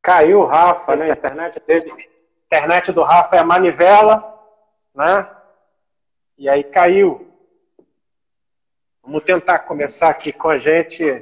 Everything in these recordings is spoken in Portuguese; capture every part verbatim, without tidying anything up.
Caiu o Rafa, né? A internet dele, a internet do Rafa é a manivela, né? E aí caiu. Vamos tentar começar aqui com a gente.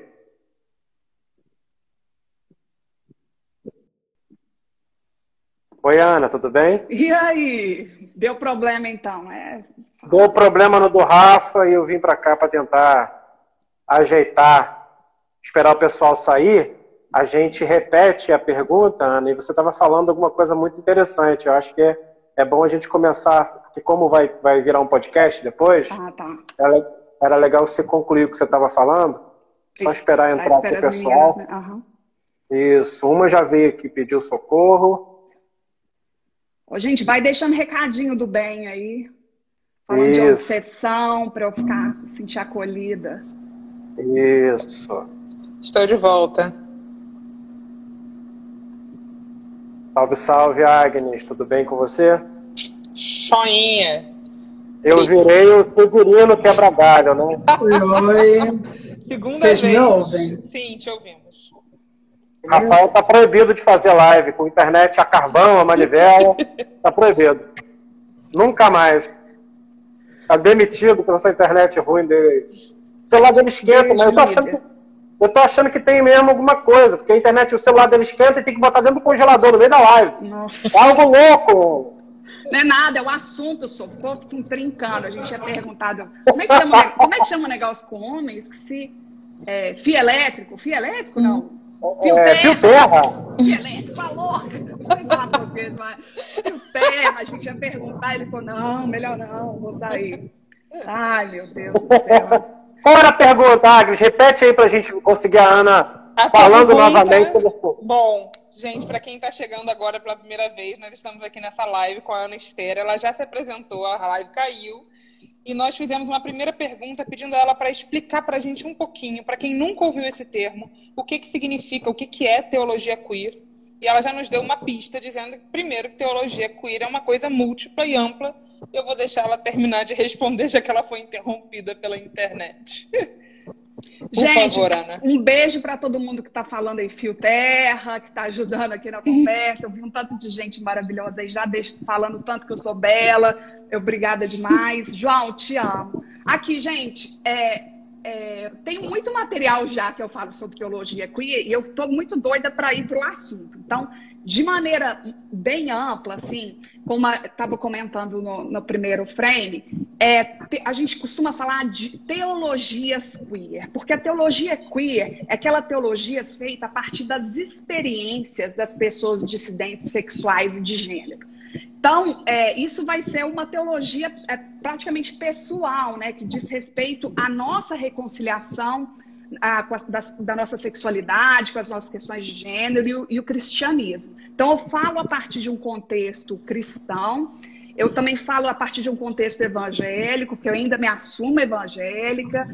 Oi, Ana, tudo bem? E aí? Deu problema então? É... Deu problema no do Rafa e eu vim para cá para tentar ajeitar, esperar o pessoal sair. A gente repete a pergunta, Ana, e você estava falando alguma coisa muito interessante. Eu acho que é, é bom a gente começar, porque como vai, vai virar um podcast depois, Ah, tá. era, era legal você concluir o que você estava falando. Só esperar entrar aqui o pessoal. Meninas, né? Uhum. Isso, uma já veio aqui pedir socorro. Ô, gente, vai deixando recadinho do bem aí. Falando Isso. de obsessão, para eu ficar, sentir acolhida. Isso. Estou de volta. Salve, salve, Agnes. Tudo bem com você? Joinha. Eu virei o Severino quebra-galho, né? Oi. Segunda Vocês vez. me ouvem? Sim, te ouvimos. Rafael tá proibido de fazer live com internet a carvão, a manivela. Tá proibido. Nunca mais. Tá demitido com essa internet ruim dele. O celular dele esquenta, mas eu tô achando que, eu tô achando que tem mesmo alguma coisa, porque a internet, o celular dele esquenta e tem que botar dentro do congelador no meio da live. Nossa. É algo louco. Não é nada, é o assunto, só ficou trincando. A gente tinha perguntado como é que chama, como é que chama o negócio com homens que se... É, fio elétrico? Fio elétrico, não? Fio é, terra. Fio terra. Fio elétrico, falou. Não falar português, mas fio terra, a gente ia perguntar, ele falou, não, melhor não, vou sair. Ai, meu Deus do céu. Qual era a pergunta, Agnes? Repete aí pra gente conseguir a Ana a falando pergunta... novamente. Bom, gente, para quem está chegando agora pela primeira vez, nós estamos aqui nessa live com a Ana Esther. Ela já se apresentou, a live caiu. E nós fizemos uma primeira pergunta pedindo a ela para explicar para a gente um pouquinho, para quem nunca ouviu esse termo, o que, que significa, o que, que é teologia queer. E ela já nos deu uma pista dizendo, primeiro, que teologia queer é uma coisa múltipla e ampla. Eu vou deixar ela terminar de responder, já que ela foi interrompida pela internet. Por Gente, favor, Ana. Um beijo para todo mundo que está falando aí, Fio Terra, que está ajudando aqui na conversa. Eu vi um tanto de gente maravilhosa aí já deixo, falando tanto que eu sou bela. Obrigada demais. João, te amo. Aqui, gente, é, é, tem muito material já que eu falo sobre teologia queer e eu estou muito doida para ir para o assunto. Então, de maneira bem ampla, assim, como estava comentando no, no primeiro frame, é, te, a gente costuma falar de teologias queer, porque a teologia queer é aquela teologia feita a partir das experiências das pessoas dissidentes sexuais e de gênero. Então, é, isso vai ser uma teologia é, praticamente pessoal, né, que diz respeito à nossa reconciliação A, com a, da, da nossa sexualidade, com as nossas questões de gênero e o, e o cristianismo. Então, eu falo a partir de um contexto cristão, eu também falo a partir de um contexto evangélico, porque eu ainda me assumo evangélica.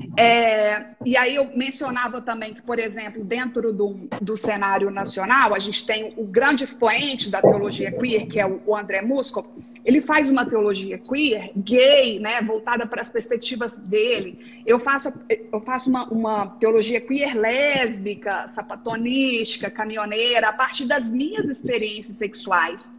É, e aí eu mencionava também que, por exemplo, dentro do, do cenário nacional, a gente tem o grande expoente da teologia queer, que é o, o André Musco. Ele faz uma teologia queer, gay, né, voltada para as perspectivas dele. Eu faço, eu faço uma, uma teologia queer lésbica, sapatonística, caminhoneira, a partir das minhas experiências sexuais.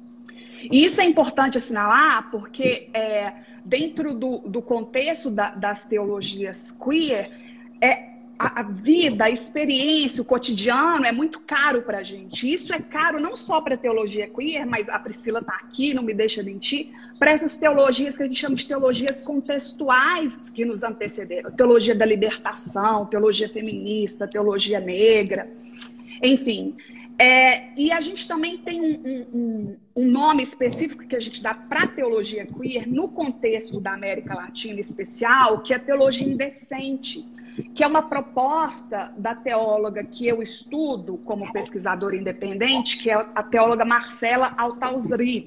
E isso é importante assinalar porque é, dentro do, do contexto da, das teologias queer, é, a, a vida, a experiência, o cotidiano é muito caro para a gente. Isso é caro não só para a teologia queer, mas a Priscila está aqui, não me deixa mentir, para essas teologias que a gente chama de teologias contextuais que nos antecederam. Teologia da libertação, teologia feminista, teologia negra, enfim... É, e a gente também tem um, um, um nome específico que a gente dá para a teologia queer no contexto da América Latina em especial, que é a teologia indecente, que é uma proposta da teóloga que eu estudo como pesquisadora independente, que é a teóloga Marcela Altausrid.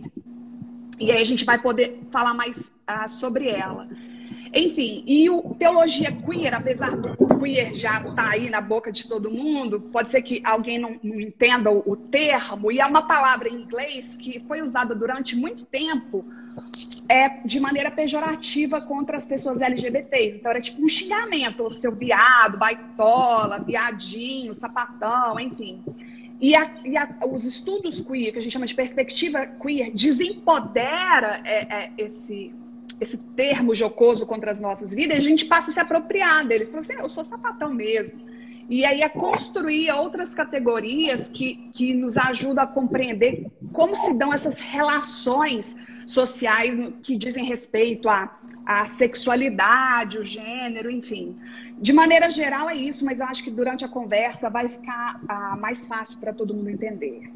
E aí a gente vai poder falar mais uh, sobre ela. Enfim, e o teologia queer, apesar do queer já estar tá aí na boca de todo mundo, pode ser que alguém não, não entenda o, o termo, e é uma palavra em inglês que foi usada durante muito tempo é, de maneira pejorativa contra as pessoas L G B Ts. Então era tipo um xingamento, o seu viado, baitola, viadinho, sapatão, enfim. E, a, e a, os estudos queer, que a gente chama de perspectiva queer, desempodera é, é, esse, esse termo jocoso contra as nossas vidas, e a gente passa a se apropriar deles. Fala assim, eu sou sapatão mesmo. E aí é construir outras categorias que, que nos ajudam a compreender como se dão essas relações sociais que dizem respeito à, à sexualidade, o gênero, enfim. De maneira geral é isso, mas eu acho que durante a conversa vai ficar ah, mais fácil para todo mundo entender.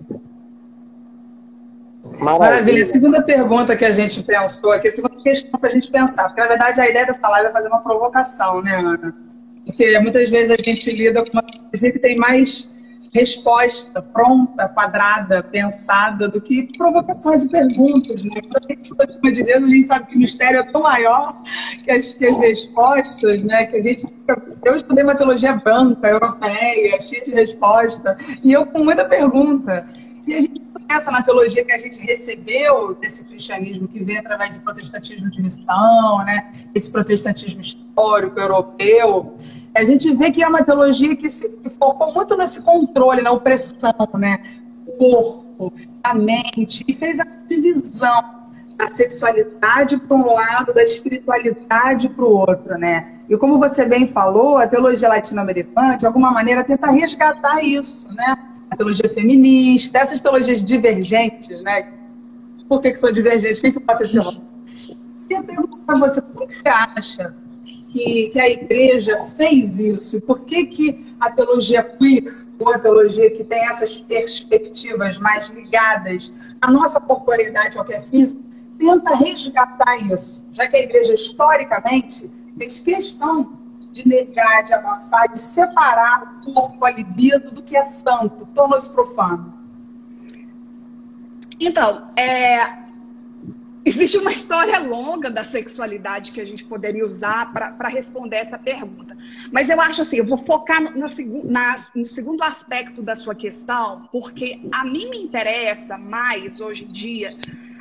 Maravilha. A segunda pergunta que a gente pensou aqui, a segunda questão para a gente pensar, porque na verdade a ideia dessa live é fazer uma provocação, né, Ana? Porque muitas vezes a gente lida com uma coisa que tem mais resposta pronta, quadrada, pensada, do que provocações e perguntas, né? Quando a gente fala de Deus, a gente sabe que o mistério é tão maior que as, que as respostas, né? Que a gente... Eu estudei uma teologia branca, europeia, cheia de resposta, e eu com muita pergunta. E a gente pensa na teologia que a gente recebeu desse cristianismo que veio através do protestantismo de missão, né? Esse protestantismo histórico, europeu. A gente vê que é uma teologia que se que focou muito nesse controle, na opressão, né? O corpo, a mente, e fez a divisão da sexualidade para um lado, da espiritualidade para o outro, né? E como você bem falou, a teologia latino-americana, de alguma maneira, tenta resgatar isso, né? A teologia feminista, essas teologias divergentes, né? Por que que são divergentes? O que que pode ser? Eu queria perguntar para você, por que que você acha que, que a igreja fez isso? Por que que a teologia queer, ou a teologia que tem essas perspectivas mais ligadas à nossa corporeidade, ao que é físico, tenta resgatar isso? Já que a igreja, historicamente, fez questão de negar, de abafar, de separar o corpo, a libido do que é santo, tornou-se profano. Então, é... existe uma história longa da sexualidade que a gente poderia usar para responder essa pergunta. Mas eu acho assim, eu vou focar no, no, na, no segundo aspecto da sua questão, porque a mim me interessa mais, hoje em dia,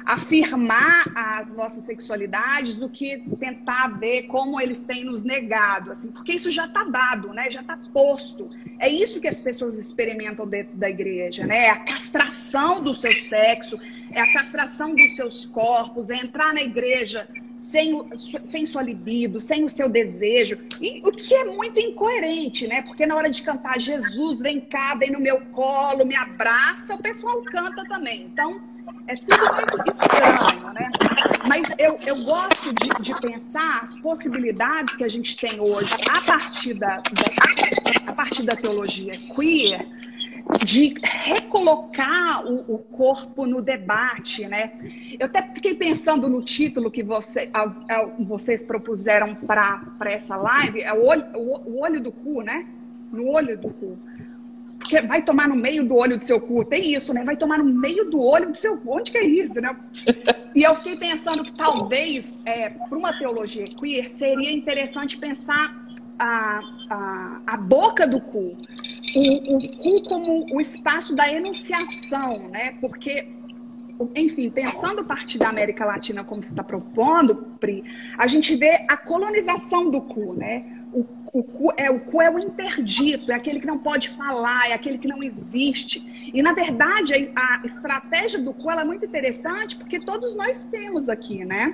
afirmar as nossas sexualidades do que tentar ver como eles têm nos negado, assim, porque isso já está dado, né? Já está posto. É isso que as pessoas experimentam dentro da igreja, né? É a castração do seu sexo, é a castração dos seus corpos, é entrar na igreja sem, o, sem sua libido, sem o seu desejo, e o que é muito incoerente, né? Porque na hora de cantar Jesus, vem cá, vem no meu colo, me abraça, o pessoal canta também. Então, é tudo muito estranho, né? Mas eu, eu gosto de, de pensar as possibilidades que a gente tem hoje, a partir da, da, a partir da teologia queer, de recolocar o, o corpo no debate, né? Eu até fiquei pensando no título que você, a, a, vocês propuseram para essa live, é o olho, o, o olho do cu, né? No olho do cu. Porque vai tomar no meio do olho do seu cu. Tem isso, né? Vai tomar no meio do olho do seu cu. Onde que é isso, né? E eu fiquei pensando que talvez, é, para uma teologia queer, seria interessante pensar a, a, a boca do cu. O, o cu como o espaço da enunciação, né? Porque, enfim, pensando a partir da América Latina como você está propondo, Pri, a gente vê a colonização do cu, né? O, o, cu é, o cu é o interdito, é aquele que não pode falar, é aquele que não existe. E, na verdade, a, a estratégia do cu ela é muito interessante porque todos nós temos aqui, né?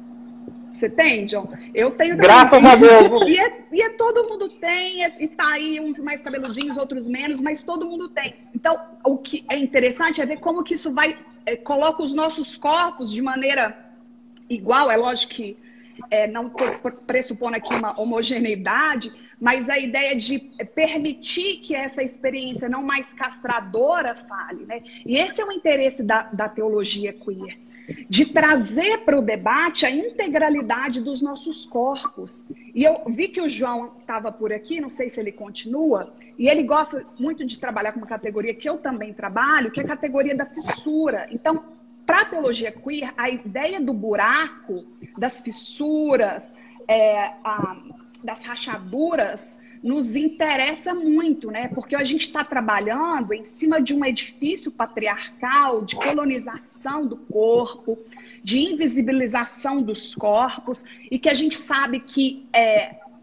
Você tem, John? Eu tenho. Graças a Deus. E, é, e é, todo mundo tem, e está aí uns mais cabeludinhos, outros menos, mas todo mundo tem. Então, o que é interessante é ver como que isso vai, é, coloca os nossos corpos de maneira igual. É lógico que é, não pressupondo aqui uma homogeneidade, mas a ideia de permitir que essa experiência não mais castradora fale, né? E esse é o interesse da, da teologia queer, de trazer para o debate a integralidade dos nossos corpos. E eu vi que o João estava por aqui, não sei se ele continua, e ele gosta muito de trabalhar com uma categoria que eu também trabalho, que é a categoria da fissura. Então, para a teologia queer, a ideia do buraco, das fissuras, é, a, das rachaduras, nos interessa muito, né? Porque a gente está trabalhando em cima de um edifício patriarcal de colonização do corpo, de invisibilização dos corpos, e que a gente sabe que, é,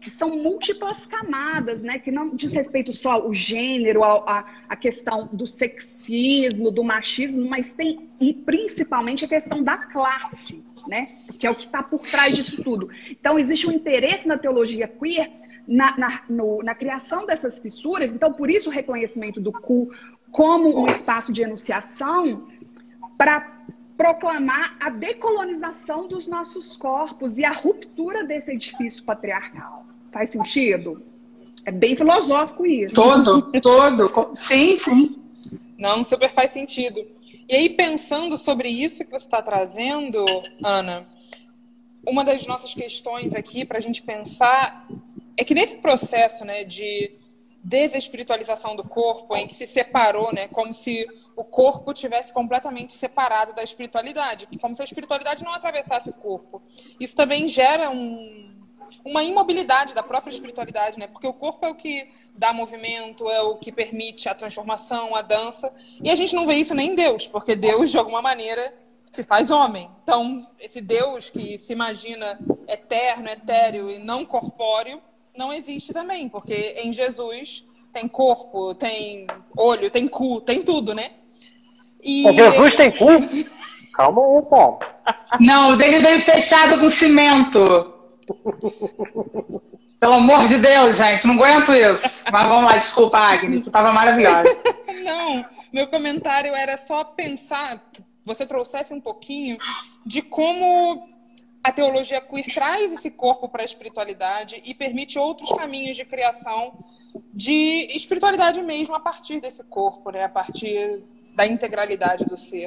que são múltiplas camadas, né? Que não diz respeito só ao gênero, a, a questão do sexismo, do machismo, mas tem, e principalmente a questão da classe, né? Que é o que está por trás disso tudo. Então, existe um interesse na teologia queer na, na, no, na criação dessas fissuras. Então, por isso o reconhecimento do cu como um espaço de enunciação para proclamar a decolonização dos nossos corpos e a ruptura desse edifício patriarcal. Faz sentido? É bem filosófico isso. Todo, todo. Sim, sim. Não, super faz sentido. E aí, pensando sobre isso que você está trazendo, Ana, uma das nossas questões aqui para a gente pensar é que nesse processo, né, de desespiritualização do corpo, em que se separou, né, como se o corpo tivesse completamente separado da espiritualidade, como se a espiritualidade não atravessasse o corpo. Isso também gera um, uma imobilidade da própria espiritualidade, né, porque o corpo é o que dá movimento, é o que permite a transformação, a dança, e a gente não vê isso nem em Deus, porque Deus, de alguma maneira, se faz homem. Então, esse Deus que se imagina eterno, etéreo e não corpóreo, não existe também, porque em Jesus tem corpo, tem olho, tem cu, tem tudo, né? E... Jesus tem cu? Calma aí, pô. Não, o dele veio fechado com cimento. Pelo amor de Deus, gente, não aguento isso. Mas vamos lá, desculpa, Agnes, você estava maravilhosa. Não, meu comentário era só pensar, que você trouxesse um pouquinho de como a teologia queer traz esse corpo para a espiritualidade e permite outros caminhos de criação de espiritualidade mesmo a partir desse corpo, né? A partir da integralidade do ser.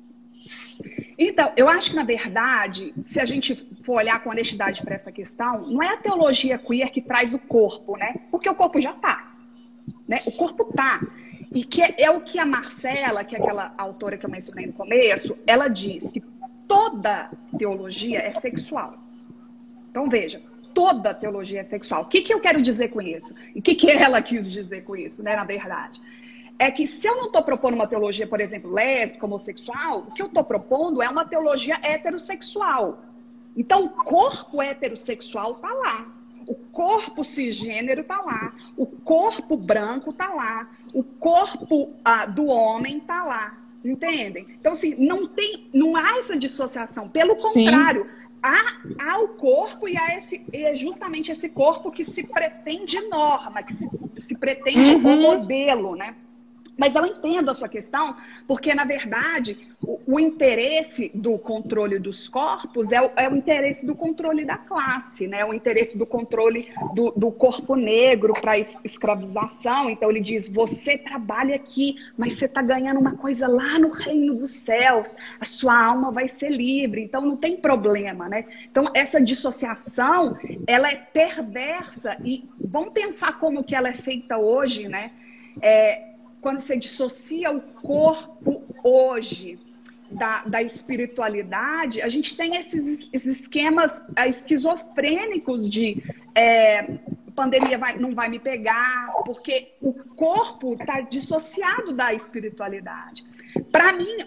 Então, eu acho que, na verdade, se a gente for olhar com honestidade para essa questão, não é a teologia queer que traz o corpo, né? Porque o corpo já está, né? O corpo está. E que é, é o que a Marcela, que é aquela autora que eu mencionei no começo, ela diz que toda teologia é sexual. Então, veja, toda teologia é sexual. O que, que eu quero dizer com isso? E o que, que ela quis dizer com isso, né, na verdade? É que se eu não estou propondo uma teologia, por exemplo, lésbica, homossexual, o que eu estou propondo é uma teologia heterossexual. Então, o corpo heterossexual está lá. O corpo cisgênero está lá. O corpo branco está lá. O corpo ah, do homem está lá. Entendem? Então, assim, não, tem, não há essa dissociação. Pelo contrário, há, há o corpo e, há esse, e é justamente esse corpo que se pretende norma, que se, se pretende uhum. o modelo, né? Mas eu entendo a sua questão, porque, na verdade, o, o interesse do controle dos corpos é o, é o interesse do controle da classe, né? O interesse do controle do, do corpo negro para es, escravização. Então, ele diz, você trabalha aqui, mas você está ganhando uma coisa lá no reino dos céus. A sua alma vai ser livre, então não tem problema, né? Então, essa dissociação, ela é perversa. E vamos pensar como que ela é feita hoje, né? É... Quando você dissocia o corpo hoje da, da espiritualidade, a gente tem esses, esses esquemas esquizofrênicos de é, pandemia vai, não vai me pegar, porque o corpo está dissociado da espiritualidade. Para mim,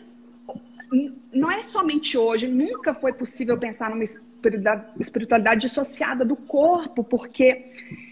não é somente hoje, nunca foi possível pensar numa espiritualidade dissociada do corpo, porque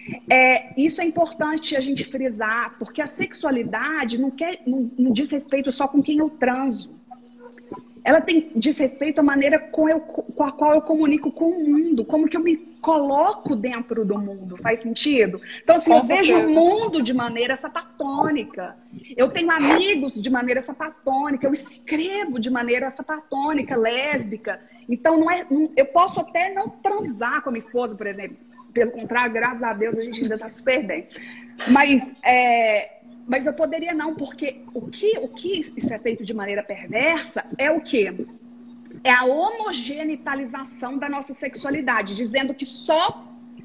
é, isso é importante a gente frisar, porque a sexualidade não, quer, não, não diz respeito só com quem eu transo. Ela tem, diz respeito à maneira com, eu, com a qual eu comunico com o mundo, como que eu me coloco dentro do mundo. Faz sentido? Então, assim, com eu certeza. Vejo o mundo de maneira sapatônica. Eu tenho amigos de maneira sapatônica. Eu escrevo de maneira sapatônica, lésbica. Então, não é, não, eu posso até não transar com a minha esposa, por exemplo. Pelo contrário, graças a Deus, a gente ainda está super bem. Mas... É, Mas eu poderia não, porque o que, o que isso é feito de maneira perversa é o quê? É a homogeneitalização da nossa sexualidade, dizendo que só,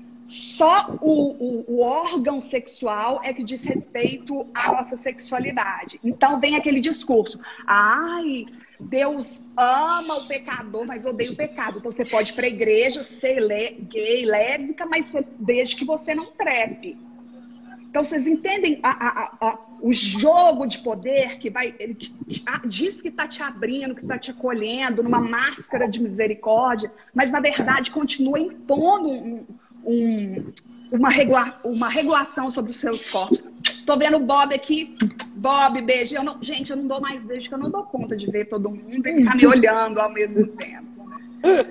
só o, o, o órgão sexual é que diz respeito à nossa sexualidade. Então vem aquele discurso, ai, Deus ama o pecador, mas odeia o pecado. Então você pode ir para a igreja, ser gay, lésbica, mas desde que você não trepe. Então, vocês entendem a, a, a, o jogo de poder que vai, ele diz que está te abrindo, que está te acolhendo numa máscara de misericórdia, mas, na verdade, continua impondo um, um, uma, regula uma regulação sobre os seus corpos. Tô vendo o Bob aqui. Bob, beijo. Eu não, gente, eu não dou mais beijo, porque eu não dou conta de ver todo mundo e ficar me olhando ao mesmo tempo. Né?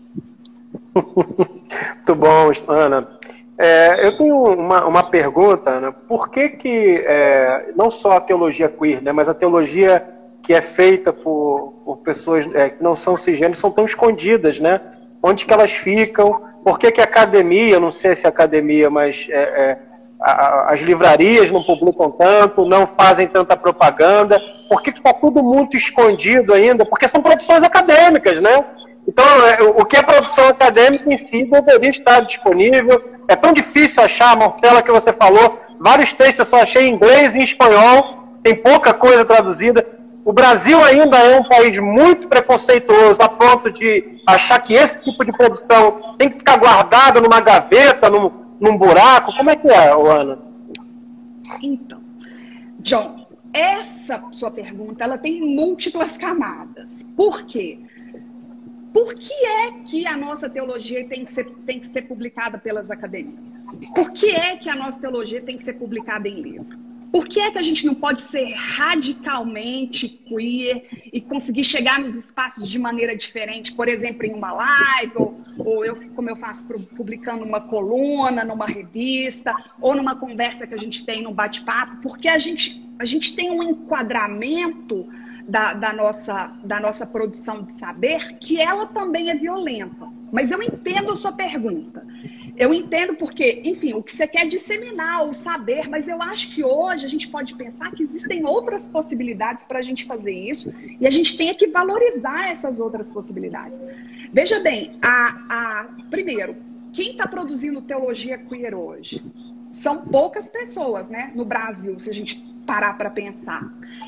Muito bom, Ana. É, eu tenho uma, uma pergunta, Ana. Por que que, é, não só a teologia queer, né, mas a teologia que é feita por, por pessoas é, que não são cisgêneros são tão escondidas, né? Onde que elas ficam? Por que que a academia, não sei se é academia, mas é, é, a, as livrarias não publicam tanto, não fazem tanta propaganda? Por que que está tudo muito escondido ainda? Porque são produções acadêmicas, né? Então, é, o que é produção acadêmica em si deveria estar disponível. É tão difícil achar, Marcela, que você falou, vários textos eu só achei em inglês e em espanhol, tem pouca coisa traduzida. O Brasil ainda é um país muito preconceituoso, a ponto de achar que esse tipo de produção tem que ficar guardado numa gaveta, num, num buraco. Como é que é, Ana? Então, John, essa sua pergunta ela tem múltiplas camadas. Por quê? Por que é que a nossa teologia tem que, ser, tem que ser publicada pelas academias? Por que é que a nossa teologia tem que ser publicada em livro? Por que é que a gente não pode ser radicalmente queer e conseguir chegar nos espaços de maneira diferente? Por exemplo, em uma live, ou, ou eu, como eu faço publicando uma coluna, numa revista, ou numa conversa que a gente tem num bate-papo, porque a gente, a gente tem um enquadramento Da, da, nossa, da nossa produção de saber, que ela também é violenta. Mas eu entendo a sua pergunta. Eu entendo porque, enfim, o que você quer é disseminar o saber, mas eu acho que hoje a gente pode pensar que existem outras possibilidades para a gente fazer isso, e a gente tem que valorizar essas outras possibilidades. Veja bem, a, a, primeiro, quem está produzindo teologia queer hoje? São poucas pessoas, né, no Brasil, se a gente parar para pensar.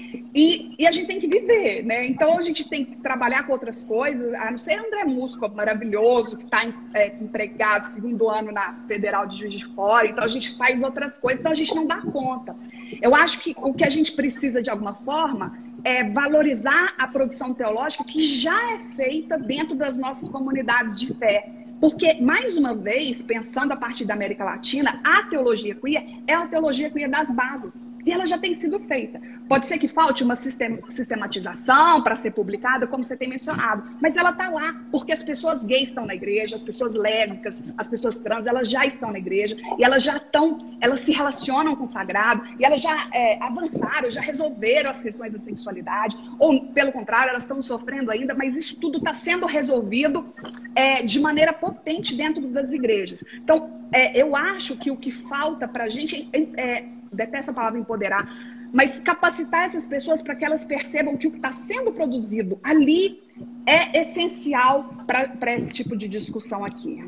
E, e a gente tem que viver, né? Então a gente tem que trabalhar com outras coisas. A não ser André Musco, maravilhoso, que está é, empregado segundo ano na Federal de Juiz de Fora. Então a gente faz outras coisas, então a gente não dá conta. Eu acho que o que a gente precisa, de alguma forma, é valorizar a produção teológica que já é feita dentro das nossas comunidades de fé. Porque, mais uma vez, pensando a partir da América Latina, a teologia queer é a teologia queer das bases. E ela já tem sido feita. Pode ser que falte uma sistematização para ser publicada, como você tem mencionado. Mas ela está lá, porque as pessoas gays estão na igreja, as pessoas lésbicas, as pessoas trans, elas já estão na igreja. E elas já estão, elas se relacionam com o sagrado. E elas já é, avançaram, já resolveram as questões da sexualidade. Ou, pelo contrário, elas estão sofrendo ainda. Mas isso tudo está sendo resolvido é, de maneira potente dentro das igrejas. Então, é, eu acho que o que falta para a gente é, é, detesto a palavra empoderar, mas capacitar essas pessoas para que elas percebam que o que está sendo produzido ali é essencial para esse tipo de discussão aqui.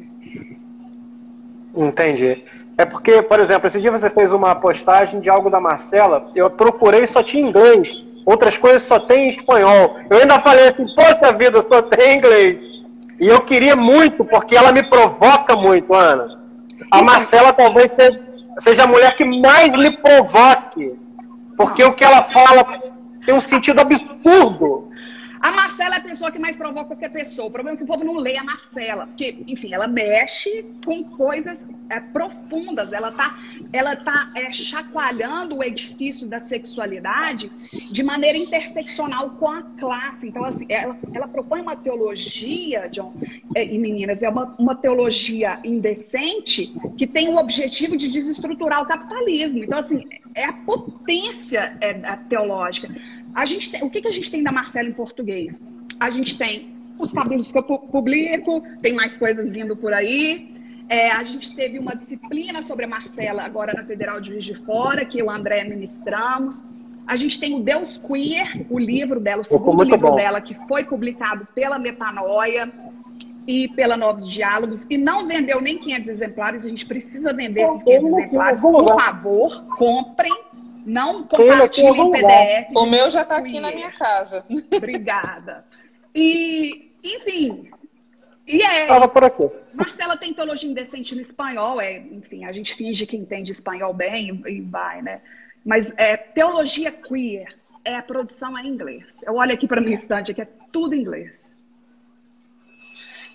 Entendi. É porque, por exemplo, esse dia você fez uma postagem de algo da Marcela, eu procurei, só tinha inglês, outras coisas só tem em espanhol. Eu ainda falei assim, poxa vida, só tem inglês. E eu queria muito, porque ela me provoca muito, Ana. A Marcela talvez seja, seja a mulher que mais lhe provoque. Porque o que ela fala tem um sentido absurdo. A Marcela é a pessoa que mais provoca qualquer pessoa. O problema é que o povo não lê a Marcela. Porque, enfim, ela mexe com coisas é, profundas. Ela está ela tá, é, chacoalhando o edifício da sexualidade de maneira interseccional com a classe. Então, assim, ela, ela propõe uma teologia, John é, e meninas, é uma, uma teologia indecente que tem o objetivo de desestruturar o capitalismo. Então, assim, é a potência é, a teológica. A gente tem, o que, que a gente tem da Marcela em português? A gente tem os capítulos que eu publico, tem mais coisas vindo por aí. É, a gente teve uma disciplina sobre a Marcela agora na Federal de Juiz de Fora, que eu e o André ministramos. A gente tem o Deus Queer, o livro dela, o segundo livro bom. dela, que foi publicado pela Metanoia e pela Novos Diálogos, e não vendeu nem quinhentos exemplares. A gente precisa vender esses quinhentos exemplares. Por favor, comprem. Não compartilhe em P D F. O meu já está aqui na minha casa. Obrigada. E, enfim, e é... Fala por aqui. Marcela tem teologia indecente no espanhol, é, enfim, a gente finge que entende espanhol bem e, e vai, né? Mas é, teologia queer, é a produção em inglês. Eu olho aqui para minha estante, aqui é tudo em inglês.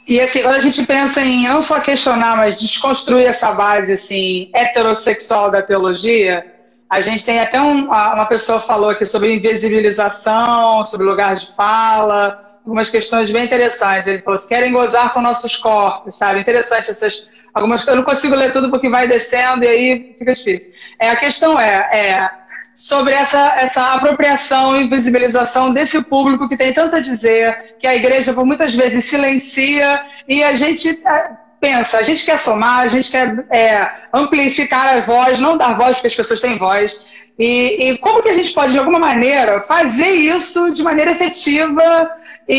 E assim, quando a gente pensa em não só questionar, mas desconstruir essa base assim, heterossexual da teologia, a gente tem até um, uma pessoa falou aqui sobre invisibilização, sobre lugar de fala, algumas questões bem interessantes. Ele falou, querem gozar com nossos corpos, sabe? Interessante essas algumas coisas. Eu não consigo ler tudo porque vai descendo e aí fica difícil. É, a questão é, é sobre essa, essa apropriação e invisibilização desse público que tem tanto a dizer, que a igreja por muitas vezes silencia e a gente pensa, a gente quer somar, a gente quer é, amplificar a voz, não dar voz porque as pessoas têm voz. E, e como que a gente pode, de alguma maneira, fazer isso de maneira efetiva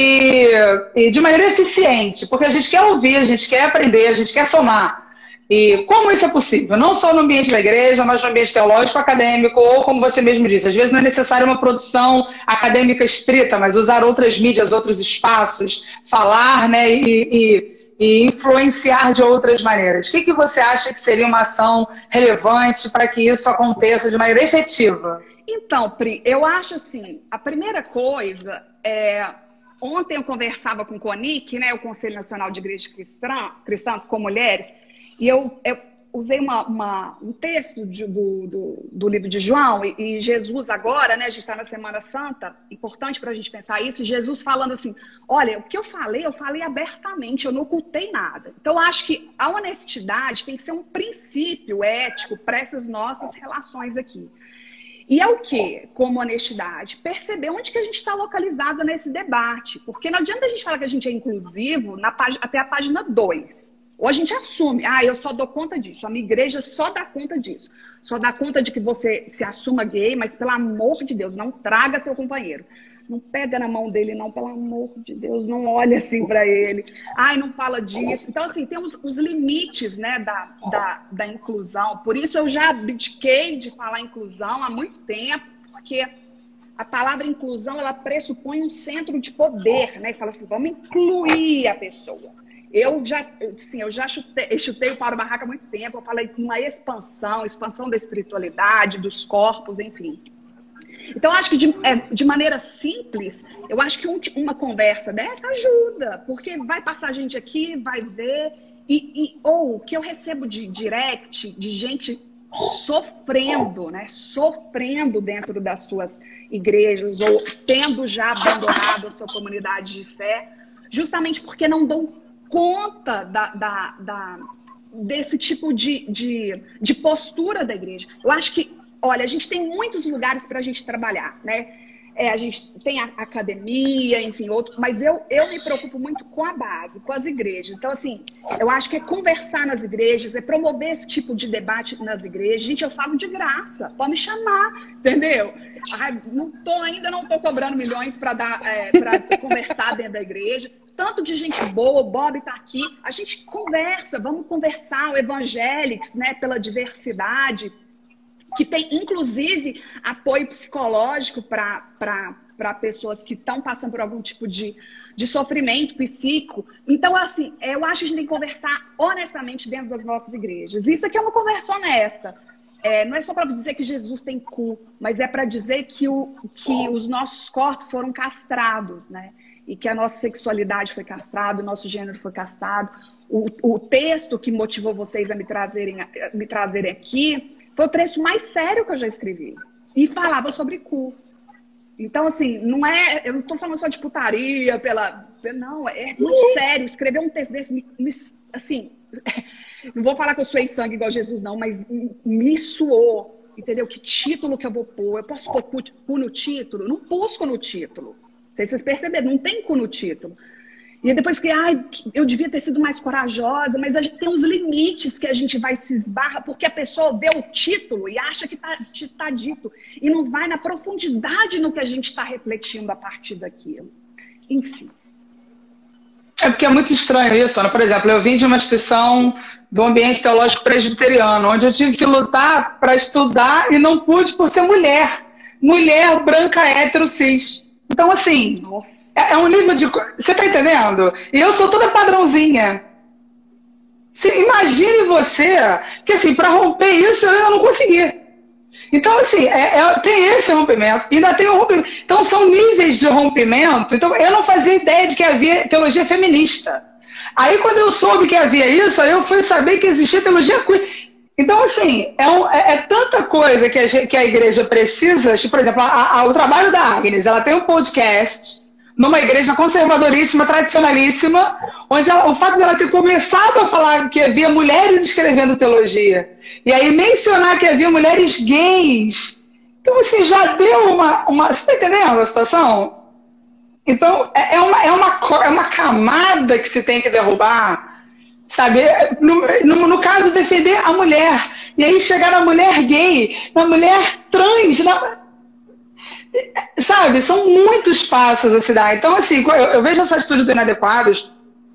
e, e de maneira eficiente? Porque a gente quer ouvir, a gente quer aprender, a gente quer somar. E como isso é possível? Não só no ambiente da igreja, mas no ambiente teológico, acadêmico, ou como você mesmo disse, às vezes não é necessário uma produção acadêmica estrita, mas usar outras mídias, outros espaços, falar, né, e, e, e influenciar de outras maneiras. O que, que você acha que seria uma ação relevante para que isso aconteça de maneira efetiva? Então, Pri, eu acho assim, a primeira coisa é... Ontem eu conversava com o CONIC, né, o Conselho Nacional de Igrejas Cristã, Cristãs com Mulheres, e eu, eu usei uma, uma, um texto de, do, do, do livro de João, e, e Jesus agora, né, a gente está na Semana Santa, importante para a gente pensar isso, Jesus falando assim, olha, o que eu falei, eu falei abertamente, eu não ocultei nada. Então, eu acho que a honestidade tem que ser um princípio ético para essas nossas relações aqui. E é o que, como honestidade? Perceber onde que a gente está localizado nesse debate. Porque não adianta a gente falar que a gente é inclusivo na página, até a página dois. Ou a gente assume, ah, eu só dou conta disso, a minha igreja só dá conta disso. Só dá conta de que você se assuma gay, mas pelo amor de Deus, não traga seu companheiro. Não pega na mão dele, não, pelo amor de Deus, não olha assim para ele. Ai, não fala disso. Então, assim, temos os limites, né, da, da, da inclusão. Por isso eu já abdiquei de falar inclusão há muito tempo, porque a palavra inclusão, ela pressupõe um centro de poder, né? Que fala assim, vamos incluir a pessoa. Eu já, sim, eu já chutei, eu chutei o pau da barraca há muito tempo. Eu falei com uma expansão, expansão da espiritualidade, dos corpos, enfim. Então, eu acho que de, é, de maneira simples, eu acho que um, uma conversa dessa ajuda, porque vai passar gente aqui, vai ver, e, e, ou o que eu recebo de direct, de gente sofrendo, né, sofrendo dentro das suas igrejas, ou tendo já abandonado a sua comunidade de fé, justamente porque não dão conta da, da, da, desse tipo de, de, de postura da igreja. Eu acho que olha, a gente tem muitos lugares para a gente trabalhar, né? É, a gente tem a academia, enfim, outros, mas eu, eu me preocupo muito com a base, com as igrejas. Então, assim, eu acho que é conversar nas igrejas, é promover esse tipo de debate nas igrejas. Gente, eu falo de graça, pode me chamar, entendeu? Ai, não tô, ainda não estou cobrando milhões para dar, é, para conversar dentro da igreja. Tanto de gente boa, o Bob está aqui, a gente conversa, vamos conversar, o Evangelics, né, pela diversidade, que tem, inclusive, apoio psicológico para pessoas que estão passando por algum tipo de, de sofrimento psíquico. Então, assim, eu acho que a gente tem que conversar honestamente dentro das nossas igrejas. Isso aqui é uma conversa honesta. É, não é só para dizer que Jesus tem cu, mas é para dizer que, o, que os nossos corpos foram castrados, né? E que a nossa sexualidade foi castrada, o nosso gênero foi castrado. O, o texto que motivou vocês a me trazerem, a me trazerem aqui foi o trecho mais sério que eu já escrevi. E falava sobre cu. Então, assim, não é... Eu não estou falando só de putaria, pela... Não, é muito sério. Escrever um texto desse, me, me, assim... Não vou falar que eu suei sangue igual Jesus, não, mas me suou. Entendeu? Que título que eu vou pôr? Eu posso pôr cu no título? Não pus cu no título. Não sei se vocês perceberam, não tem cu no título. E depois que, ai, eu devia ter sido mais corajosa, mas a gente tem os limites que a gente vai se esbarra, porque a pessoa vê o título e acha que está tá dito, e não vai na profundidade no que a gente está refletindo a partir daquilo. Enfim. É porque é muito estranho isso, Ana. Por exemplo, eu vim de uma instituição do ambiente teológico presbiteriano, onde eu tive que lutar para estudar e não pude por ser mulher. Mulher, branca, hétero, cis. Então, assim, é, é um nível de... Você tá entendendo? E eu sou toda padrãozinha. Você, imagine você, que assim, para romper isso eu ainda não consegui. Então, assim, é, é, tem esse rompimento, ainda tem o rompimento. Então, são níveis de rompimento. Então, eu não fazia ideia de que havia teologia feminista. Aí, quando eu soube que havia isso, aí eu fui saber que existia teologia queer. Então, assim, é, um, é, é tanta coisa que a, que a igreja precisa. Tipo, por exemplo, a, a, o trabalho da Agnes, ela tem um podcast numa igreja conservadoríssima, tradicionalíssima, onde ela, o fato dela ter começado a falar que havia mulheres escrevendo teologia, e aí mencionar que havia mulheres gays. Então, assim, já deu uma... uma você está entendendo a situação? Então, é, é, uma, é, uma, é uma camada que se tem que derrubar, sabe? No, no, no caso, defender a mulher. E aí chegar na mulher gay, na mulher trans, na... sabe? São muitos passos a se dar. Então, assim, eu, eu vejo essa atitude do Inadequados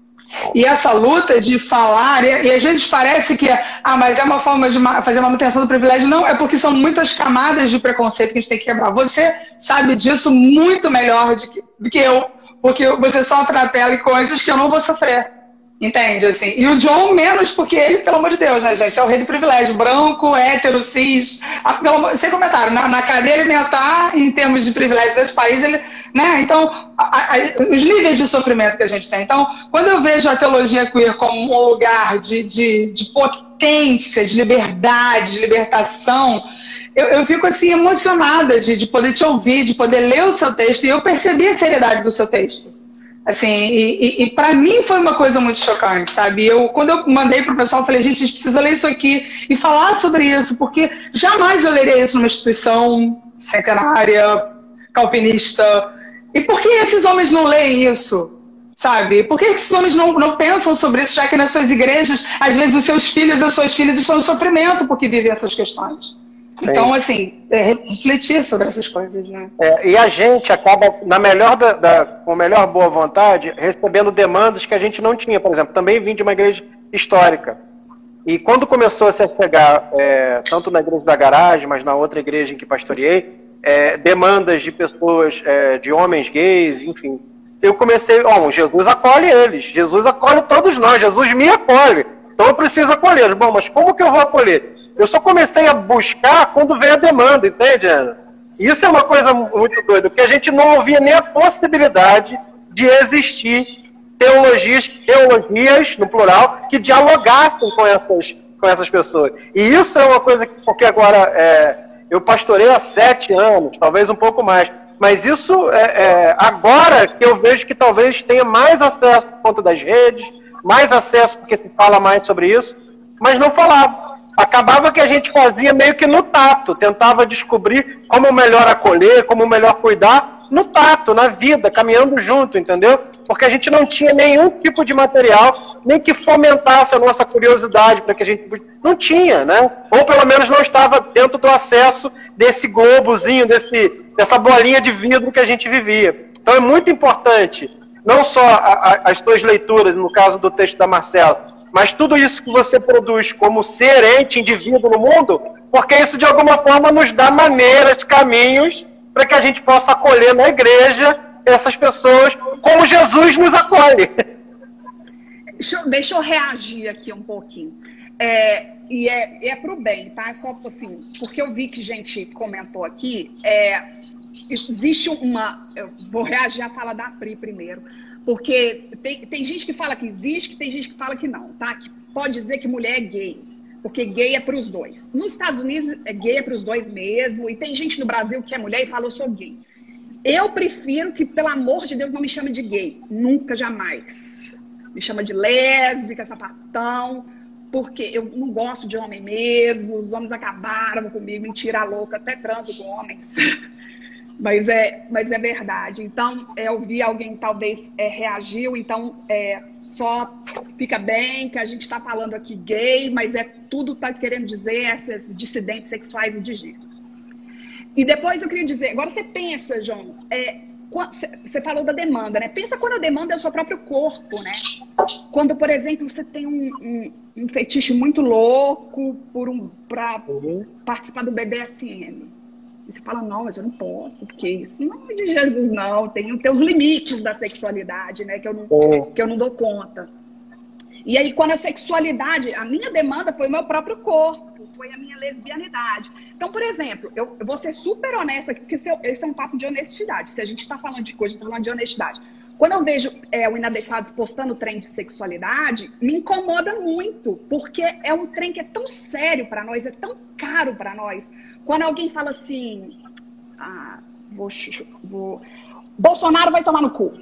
e essa luta de falar, e, e às vezes parece que, ah, mas é uma forma de ma- fazer manutenção do privilégio. Não, é porque são muitas camadas de preconceito que a gente tem que quebrar. Você sabe disso muito melhor do que, do que eu, porque você sofre na pele coisas que eu não vou sofrer. Entende? Assim. E o John menos, porque ele, pelo amor de Deus, né, gente? É o rei do privilégio. Branco, hétero, cis. Ah, pelo, sem comentário. Na, na cadeia alimentar, em termos de privilégio desse país, ele. Né? Então, a, a, os níveis de sofrimento que a gente tem. Então, quando eu vejo a teologia queer como um lugar de, de, de potência, de liberdade, de libertação, eu, eu fico assim emocionada de, de poder te ouvir, de poder ler o seu texto, e eu percebi a seriedade do seu texto. Assim, e, e, e para mim foi uma coisa muito chocante, sabe? Eu, quando eu mandei pro pessoal, eu falei, gente, a gente precisa ler isso aqui e falar sobre isso, porque jamais eu leria isso numa instituição centenária, calvinista. E por que esses homens não leem isso? Sabe? Por que esses homens não, não pensam sobre isso, já que nas suas igrejas, às vezes os seus filhos e as suas filhas estão em sofrimento porque vivem essas questões? Sim. Então, assim, é, refletir sobre essas coisas, né? É, e a gente acaba, na melhor da, da, com a melhor boa vontade, recebendo demandas que a gente não tinha. Por exemplo, também vim de uma igreja histórica. E quando começou a se chegar, é, tanto na igreja da garagem, mas na outra igreja em que pastoreei, é, demandas de pessoas, é, de homens gays, enfim, eu comecei, ó, Jesus acolhe eles, Jesus acolhe todos nós, Jesus me acolhe, então eu preciso acolher. Bom, mas como que eu vou acolher? Eu só comecei a buscar quando veio a demanda, entende, Ana? Isso é uma coisa muito doida, porque a gente não ouvia nem a possibilidade de existir teologias, teologias, no plural, que dialogassem com essas, com essas pessoas. E isso é uma coisa que, porque agora é, eu pastorei há sete anos, talvez um pouco mais, mas isso é, é agora que eu vejo que talvez tenha mais acesso por conta das redes, mais acesso porque se fala mais sobre isso, mas não falava. Acabava que a gente fazia meio que no tato, tentava descobrir como melhor acolher, como melhor cuidar, no tato, na vida, caminhando junto, entendeu? Porque a gente não tinha nenhum tipo de material, nem que fomentasse a nossa curiosidade para que a gente... Não tinha, né? Ou pelo menos não estava dentro do acesso desse globozinho, desse, dessa bolinha de vidro que a gente vivia. Então é muito importante, não só a, a, as suas leituras, no caso do texto da Marcela, mas tudo isso que você produz como ser, ente, indivíduo no mundo, porque isso de alguma forma nos dá maneiras, caminhos, para que a gente possa acolher na igreja essas pessoas como Jesus nos acolhe. Deixa eu, deixa eu reagir aqui um pouquinho. É, e é, é para o bem, tá? É só assim, porque eu vi que gente comentou aqui, é, existe uma... Eu vou reagir à fala da Pri primeiro. Porque tem, tem gente que fala que existe, que tem gente que fala que não, tá? Que pode dizer que mulher é gay, porque gay é para os dois. Nos Estados Unidos, é gay é para os dois mesmo, e tem gente no Brasil que é mulher e fala, eu sou gay. Eu prefiro que, pelo amor de Deus, não me chame de gay. Nunca, jamais. Me chama de lésbica, sapatão, porque eu não gosto de homem mesmo, os homens acabaram comigo, mentira louca, até transo com homens. Mas é, mas é verdade. Então, é, eu vi alguém talvez é, reagiu, então é, só fica bem que a gente está falando aqui gay, mas é tudo está querendo dizer esses dissidentes sexuais e de gênero. E depois eu queria dizer, agora você pensa, João, é, você falou da demanda, né? Pensa quando a demanda é o seu próprio corpo, né? Quando, por exemplo, você tem um, um, um fetiche muito louco por um, para uhum. participar do B D S M. E você fala, não, mas eu não posso, porque isso não é de Jesus, não. Tem, tem os limites da sexualidade, né? Que eu, não, oh. que eu não dou conta. E aí, quando a sexualidade, a minha demanda foi o meu próprio corpo, foi a minha lesbianidade. Então, por exemplo, eu, eu vou ser super honesta aqui, porque esse é, esse é um papo de honestidade. Se a gente está falando de coisa, a gente está falando de honestidade. Quando eu vejo é, o Inadequados postando trem de sexualidade, me incomoda muito, porque é um trem que é tão sério para nós, é tão caro para nós. Quando alguém fala assim, ah, vou, vou, Bolsonaro vai tomar no cu.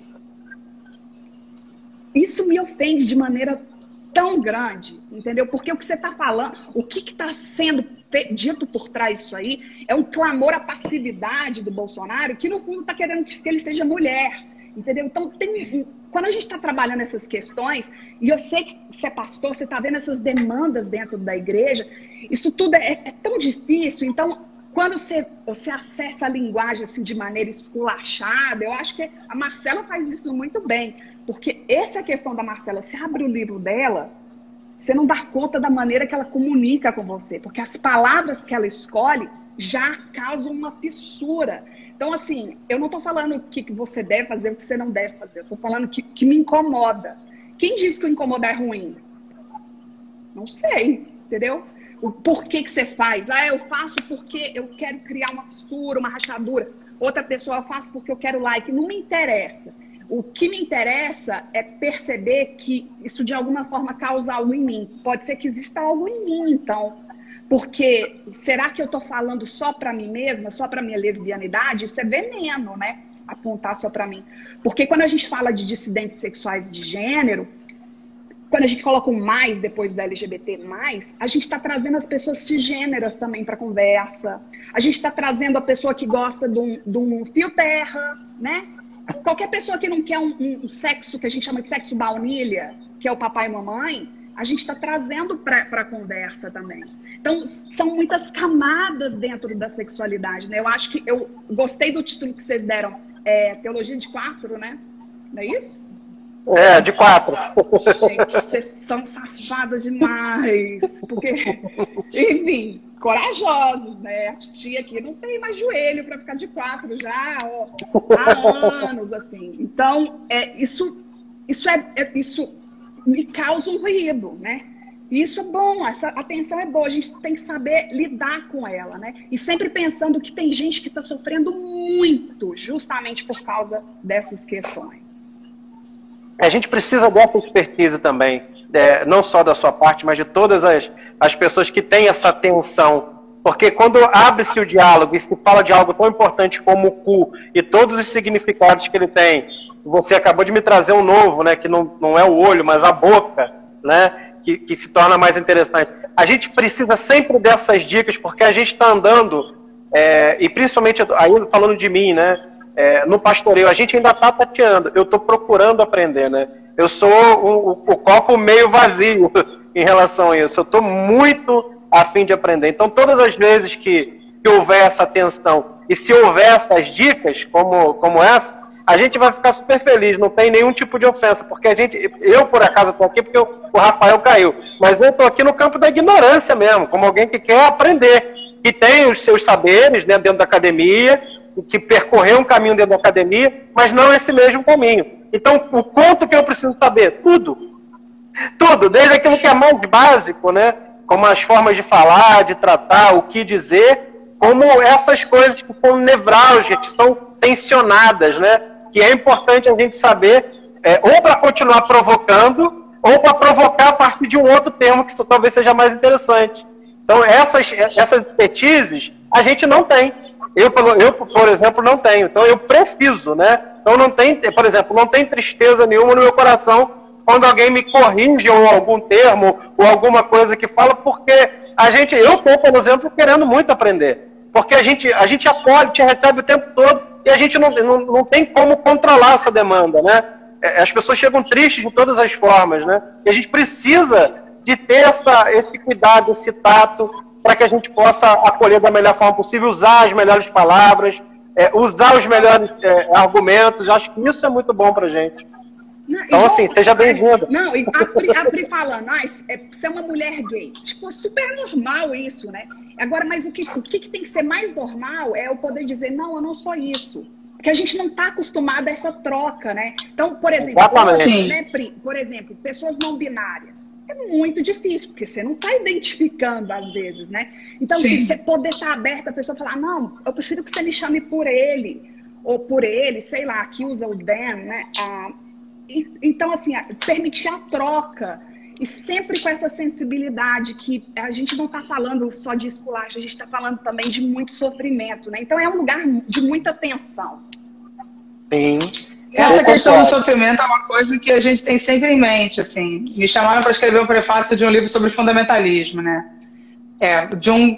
Isso me ofende de maneira tão grande, entendeu? Porque o que você está falando, o que está sendo dito por trás disso aí, é um clamor à passividade do Bolsonaro, que no fundo está querendo que ele seja mulher, entendeu? Então, tem, quando a gente está trabalhando essas questões, e eu sei que você é pastor, você está vendo essas demandas dentro da igreja, isso tudo é, é tão difícil. Então, quando você, você acessa a linguagem assim, de maneira esculachada, eu acho que a Marcela faz isso muito bem. Porque essa é a questão da Marcela. Você abre o livro dela, você não dá conta da maneira que ela comunica com você. Porque as palavras que ela escolhe já causam uma fissura. Então, assim, eu não estou falando o que você deve fazer, o que você não deve fazer. Eu estou falando que, que me incomoda. Quem disse que o incomodar é ruim? Não sei, entendeu? O porquê que você faz. Ah, eu faço porque eu quero criar uma fissura, uma rachadura. Outra pessoa, eu faço porque eu quero like. Não me interessa. O que me interessa é perceber que isso de alguma forma causa algo em mim. Pode ser que exista algo em mim, então. Porque será que eu estou falando só para mim mesma, só para minha lesbianidade? Isso é veneno, né? Apontar só para mim. Porque quando a gente fala de dissidentes sexuais de gênero, quando a gente coloca um mais depois do L G B T mais, a gente está trazendo as pessoas cisgêneras também para a conversa. A gente está trazendo a pessoa que gosta de um, de um fio terra, né? Qualquer pessoa que não quer um, um sexo que a gente chama de sexo baunilha, que é o papai e mamãe, a gente está trazendo para a conversa também. Então, são muitas camadas dentro da sexualidade, né? Eu acho que eu gostei do título que vocês deram, é, Teologia de Quatro, né? Não é isso? É, de quatro. Gente, vocês são safadas demais. Porque, enfim, corajosos, né? A tia aqui não tem mais joelho para ficar de quatro já ó, há anos, assim. Então, é, isso, isso, é, é, isso me causa um ruído, né? E isso é bom, essa atenção é boa, a gente tem que saber lidar com ela, né? E sempre pensando que tem gente que está sofrendo muito justamente por causa dessas questões. A gente precisa dessa expertise também, é, não só da sua parte, mas de todas as, as pessoas que têm essa atenção. Porque quando abre-se o diálogo e se fala de algo tão importante como o cu e todos os significados que ele tem, você acabou de me trazer um novo, né, que não, não é o olho, mas a boca, né, que, que se torna mais interessante. A gente precisa sempre dessas dicas, porque a gente está andando, é, e principalmente aí falando de mim, né, É, no pastoreio, a gente ainda está tateando, eu estou procurando aprender, né? Eu sou o, o, o copo meio vazio em relação a isso, eu estou muito a fim de aprender. Então, todas as vezes que, que houver essa atenção, e se houver essas dicas, como, como essa, a gente vai ficar super feliz, não tem nenhum tipo de ofensa, porque a gente, eu por acaso estou aqui porque eu, o Rafael caiu, mas eu estou aqui no campo da ignorância mesmo, como alguém que quer aprender, que tem os seus saberes, né, dentro da academia, que percorreu um caminho dentro da academia, mas não esse mesmo caminho. Então, o quanto que eu preciso saber? Tudo. Tudo, desde aquilo que é mais básico, né? Como as formas de falar, de tratar, o que dizer, como essas coisas que são nevrálgicas, que são tensionadas, né? Que é importante a gente saber, é, ou para continuar provocando, ou para provocar a partir de um outro termo que talvez seja mais interessante. Então, essas, essas expertises a gente não tem. Eu, eu, por exemplo, não tenho. Então, eu preciso, né? Então, não tem, por exemplo, não tem tristeza nenhuma no meu coração quando alguém me corrige ou algum termo ou alguma coisa que fala, porque a gente, eu estou, por exemplo, querendo muito aprender. Porque a gente, a gente acolhe, te recebe o tempo todo e a gente não, não, não tem como controlar essa demanda, né? As pessoas chegam tristes de todas as formas, né? E a gente precisa de ter essa, esse cuidado, esse tato, para que a gente possa acolher da melhor forma possível, usar as melhores palavras, é, usar os melhores é, argumentos. Acho que isso é muito bom para a gente. Não, então, assim, seja bem-vinda. Não, e a Pri, a Pri falando, ah, é, você é uma mulher gay. Tipo, super normal isso, né? Agora, mas o que, o que tem que ser mais normal é eu poder dizer, não, eu não sou isso. Porque a gente não está acostumado a essa troca, né? Então, por exemplo, hoje, né, Pri, por exemplo, pessoas não binárias. É muito difícil, porque você não está identificando às vezes, né? Então, se você poder estar aberta, a pessoa falar, não, eu prefiro que você me chame por ele. ou por ele, sei lá, que usa o them, né? Ah, e, então, assim, permitir a troca, e sempre com essa sensibilidade que a gente não está falando só de esculacho, a gente está falando também de muito sofrimento, né? Então é um lugar de muita tensão. Sim. Essa questão do sofrimento é uma coisa que a gente tem sempre em mente, assim. Me chamaram para escrever um prefácio de um livro sobre fundamentalismo, né? É, de um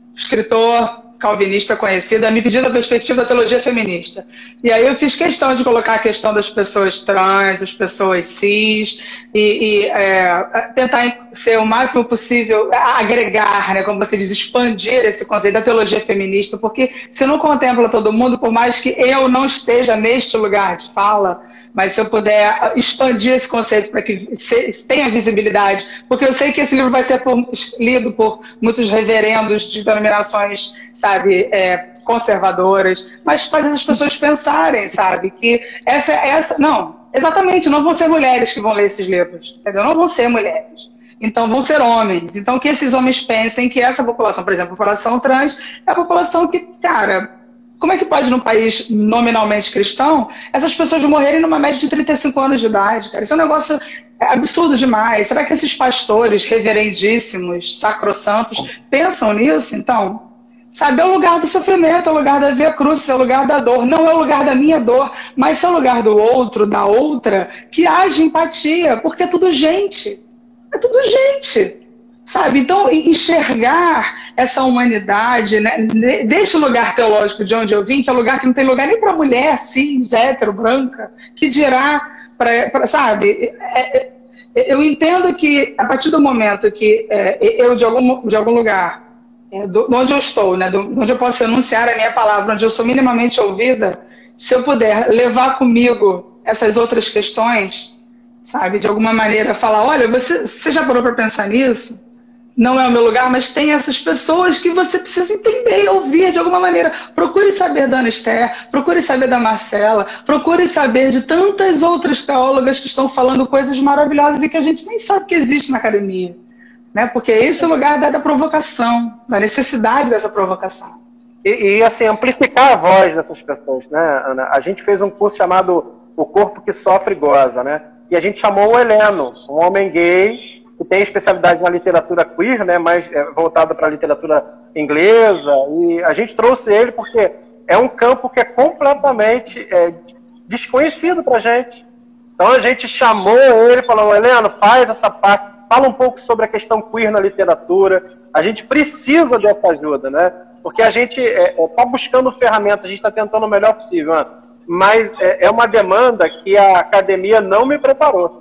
escritor calvinista conhecido, me pedindo a perspectiva da teologia feminista. E aí eu fiz questão de colocar a questão das pessoas trans, as pessoas cis, e, e é, tentar ser o máximo possível, agregar, né, como você diz, expandir esse conceito da teologia feminista, porque se não contempla todo mundo, por mais que eu não esteja neste lugar de fala, mas se eu puder expandir esse conceito para que tenha visibilidade, porque eu sei que esse livro vai ser por, lido por muitos reverendos de denominações, sabe, é, conservadoras, mas fazer as pessoas pensarem, sabe, que essa, essa, não, exatamente, não vão ser mulheres que vão ler esses livros, entendeu? Não vão ser mulheres. Então, vão ser homens. Então, que esses homens pensem que essa população, por exemplo, a população trans, é a população que, cara, como é que pode, num país nominalmente cristão, essas pessoas morrerem numa média de trinta e cinco anos de idade, cara? Isso é um negócio absurdo demais. Será que esses pastores reverendíssimos, sacrossantos, pensam nisso? Então, sabe, é o lugar do sofrimento, é o lugar da via cruz, é o lugar da dor. Não é o lugar da minha dor, mas é o lugar do outro, da outra, que age empatia, porque é tudo gente. É tudo gente. Sabe? Então, enxergar essa humanidade, né, desse lugar teológico de onde eu vim, que é um lugar que não tem lugar nem para mulher cis, hétero, branca, que dirá, pra, pra, sabe? É, é, eu entendo que, a partir do momento que é, eu, de algum, de algum lugar, é, do, onde eu estou, né, do, onde eu posso enunciar a minha palavra, onde eu sou minimamente ouvida, se eu puder levar comigo essas outras questões, sabe? De alguma maneira, falar, olha, você, você já parou para pensar nisso? Não é o meu lugar, mas tem essas pessoas que você precisa entender e ouvir de alguma maneira. Procure saber da Ana Esther, procure saber da Marcela, procure saber de tantas outras teólogas que estão falando coisas maravilhosas e que a gente nem sabe que existe na academia. Né? Porque esse é o lugar da, da provocação, da necessidade dessa provocação. E, e, assim, amplificar a voz dessas pessoas, né, Ana? A gente fez um curso chamado O Corpo que Sofre e Goza, né? E a gente chamou o Heleno, um homem gay, que tem especialidade na literatura queer, né, mais é, voltada para a literatura inglesa, e a gente trouxe ele porque é um campo que é completamente é, desconhecido para a gente. Então a gente chamou ele e falou, Heleno, faz essa parte, fala um pouco sobre a questão queer na literatura, a gente precisa dessa ajuda, né, porque a gente está é, é, buscando ferramentas, a gente está tentando o melhor possível, né? Mas é, é uma demanda que a academia não me preparou.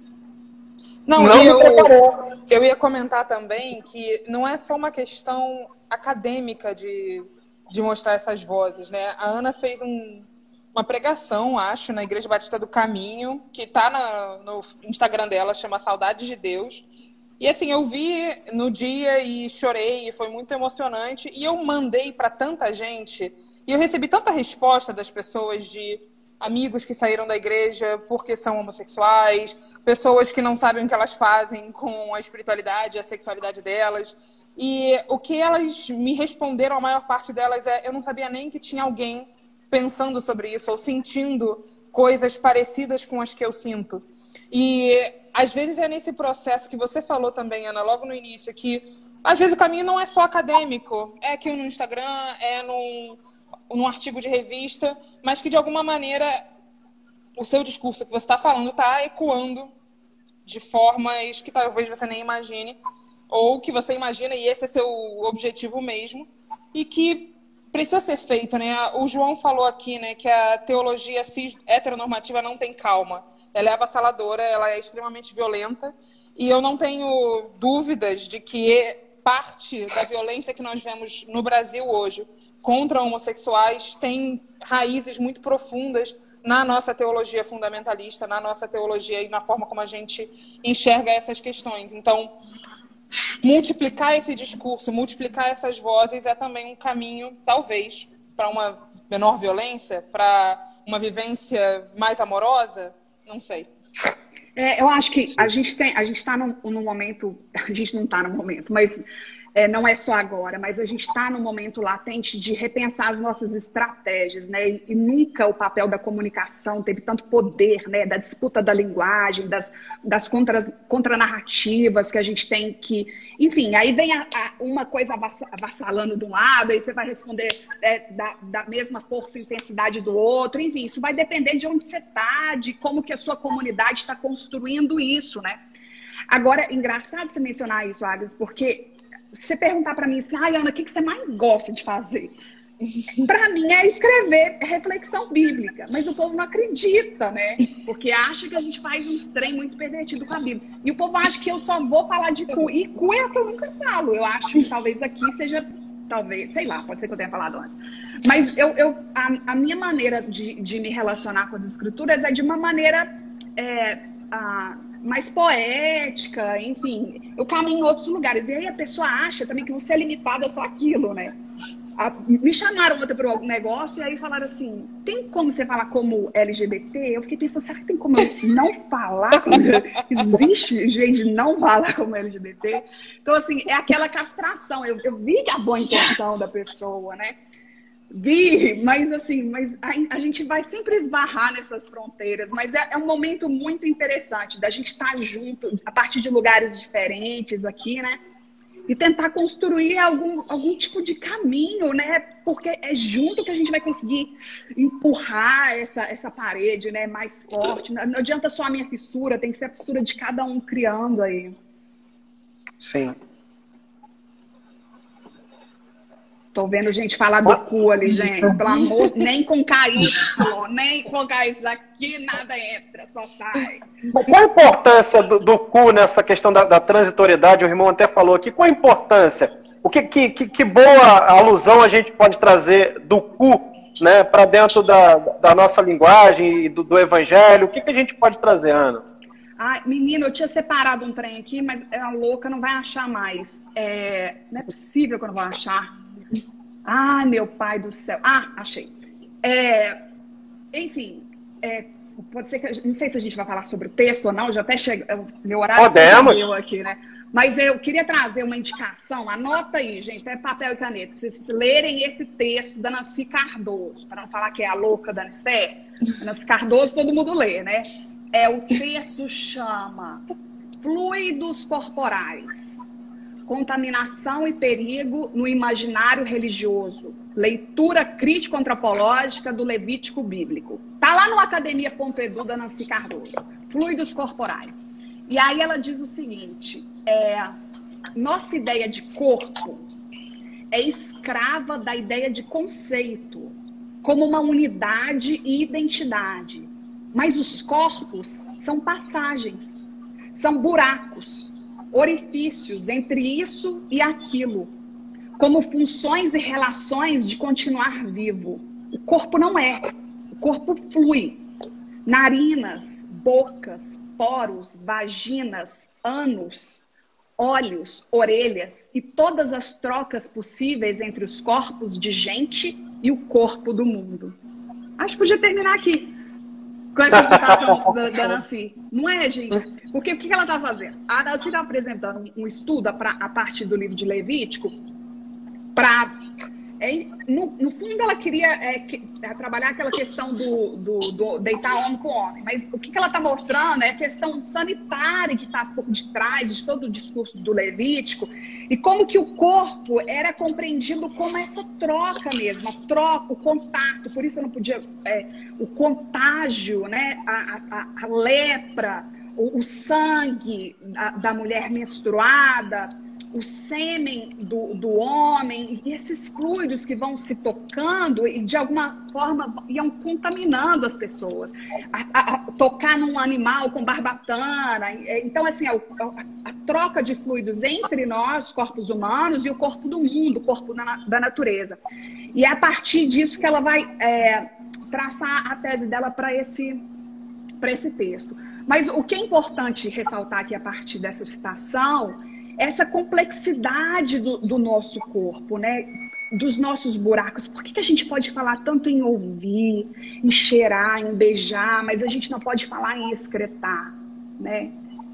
Não, não eu, eu ia comentar também que não é só uma questão acadêmica de, de mostrar essas vozes, né? A Ana fez um, uma pregação, acho, na Igreja Batista do Caminho, que está no Instagram dela, chama Saudades de Deus. E assim, eu vi no dia e chorei, e foi muito emocionante. E eu mandei para tanta gente, e eu recebi tanta resposta das pessoas de amigos que saíram da igreja porque são homossexuais, pessoas que não sabem o que elas fazem com a espiritualidade e a sexualidade delas. E o que elas me responderam, a maior parte delas, é eu não sabia nem que tinha alguém pensando sobre isso ou sentindo coisas parecidas com as que eu sinto. E às vezes é nesse processo que você falou também, Ana, logo no início, que às vezes o caminho não é só acadêmico, é aqui no Instagram, é num... num artigo de revista, mas que de alguma maneira o seu discurso que você está falando está ecoando de formas que talvez você nem imagine, ou que você imagina e esse é seu objetivo mesmo, e que precisa ser feito, né? O João falou aqui, né, que a teologia cis heteronormativa não tem calma. Ela é avassaladora, ela é extremamente violenta, e eu não tenho dúvidas de que parte da violência que nós vemos no Brasil hoje contra homossexuais tem raízes muito profundas na nossa teologia fundamentalista, na nossa teologia e na forma como a gente enxerga essas questões. Então, multiplicar esse discurso, multiplicar essas vozes é também um caminho, talvez, para uma menor violência, para uma vivência mais amorosa, não sei. É, eu acho que a gente tem, a gente está num, num momento, a gente não está no momento, mas É, não é só agora, mas a gente está num momento latente de repensar as nossas estratégias, né? E, e nunca o papel da comunicação teve tanto poder, né? Da disputa da linguagem, das, das contra, contranarrativas que a gente tem que... Enfim, aí vem a, a, uma coisa avassalando de um lado, aí você vai responder é, da, da mesma força e intensidade do outro. Enfim, isso vai depender de onde você está, de como que a sua comunidade está construindo isso, né? Agora, é engraçado você mencionar isso, Agnes, porque... Se você perguntar para mim assim, ai, Ana, o que você mais gosta de fazer? Para mim é escrever reflexão bíblica, mas o povo não acredita, né? Porque acha que a gente faz uns trem muito pervertido com a Bíblia. E o povo acha que eu só vou falar de cu. E cu é o que eu nunca falo. Eu acho que talvez aqui seja, talvez, sei lá, pode ser que eu tenha falado antes. Mas eu, eu, a, a minha maneira de, de me relacionar com as escrituras é de uma maneira... É, a, mais poética, enfim, eu caminho em outros lugares. E aí a pessoa acha também que você é limitada só aquilo, né? A, me chamaram ontem para algum negócio e aí falaram assim, tem como você falar como L G B T? Eu fiquei pensando, será que tem como eu não falar? Como... Existe gente não falar como L G B T? Então, assim, é aquela castração. Eu, eu vi a boa intenção da pessoa, né? Vi, mas assim, mas a, a gente vai sempre esbarrar nessas fronteiras, mas é, é um momento muito interessante da gente estar junto, a partir de lugares diferentes aqui, né? E tentar construir algum, algum tipo de caminho, né? Porque é junto que a gente vai conseguir empurrar essa, essa parede, né? Mais forte. Não adianta só a minha fissura, tem que ser a fissura de cada um criando aí. Sim. Tô vendo gente falar do cu ali, gente. Pelo amor, nem com K Y, nem com K Y aqui, nada entra, só sai. Qual a importância do, do cu nessa questão da, da transitoriedade? O irmão até falou aqui. Qual a importância? O que, que, que boa alusão a gente pode trazer do cu, né, para dentro da, da nossa linguagem e do, do evangelho? O que, que a gente pode trazer, Ana? Ai, menino, eu tinha separado um trem aqui, mas a louca não vai achar mais. É, não é possível que eu não vou achar. Ai, meu pai do céu. Ah, achei. É, enfim, é, pode ser que... Não sei se a gente vai falar sobre o texto ou não, já até chega... Meu horário Podemos. Aqui, né? Mas eu queria trazer uma indicação. Anota aí, gente, é papel e caneta. Pra vocês lerem esse texto da Nancy Cardoso, para não falar que é a louca da Anisté. Nancy Cardoso todo mundo lê, né? É, o texto chama Fluidos Corporais. Contaminação e perigo no imaginário religioso. Leitura crítico-antropológica do Levítico Bíblico. Tá lá no academia ponto edu da Nancy Cardoso. Fluidos corporais. E aí ela diz o seguinte, é, nossa ideia de corpo é escrava da ideia de conceito, como uma unidade e identidade. Mas os corpos são passagens, são buracos, orifícios entre isso e aquilo, como funções e relações de continuar vivo. O corpo não é. O corpo flui. Narinas, bocas, poros, vaginas, ânus, olhos, orelhas e todas as trocas possíveis entre os corpos de gente e o corpo do mundo. Acho que podia terminar aqui. Com essa explicação da, da Nancy. Não é, gente? Porque o que ela está fazendo? A Nancy está apresentando um estudo a, pra, a partir do livro de Levítico para... É, no, no fundo, ela queria é, que, é, trabalhar aquela questão do, do, do deitar homem com homem. Mas o que, que ela está mostrando é a questão sanitária que está por detrás de todo o discurso do Levítico e como que o corpo era compreendido como essa troca mesmo, a troca, o contato. Por isso eu não podia... É, o contágio, né? a, a, a lepra, o, o sangue da, da mulher menstruada... o sêmen do, do homem, e esses fluidos que vão se tocando e de alguma forma iam contaminando as pessoas. A, a, a tocar num animal com barbatana. Então, assim, a, a, a troca de fluidos entre nós, corpos humanos, e o corpo do mundo, o corpo da, da natureza. E é a partir disso que ela vai é, traçar a tese dela para esse, para esse texto. Mas o que é importante ressaltar aqui a partir dessa citação essa complexidade do, do nosso corpo, né? Dos nossos buracos. Por que, que a gente pode falar tanto em ouvir, em cheirar, em beijar, mas a gente não pode falar em excretar, né?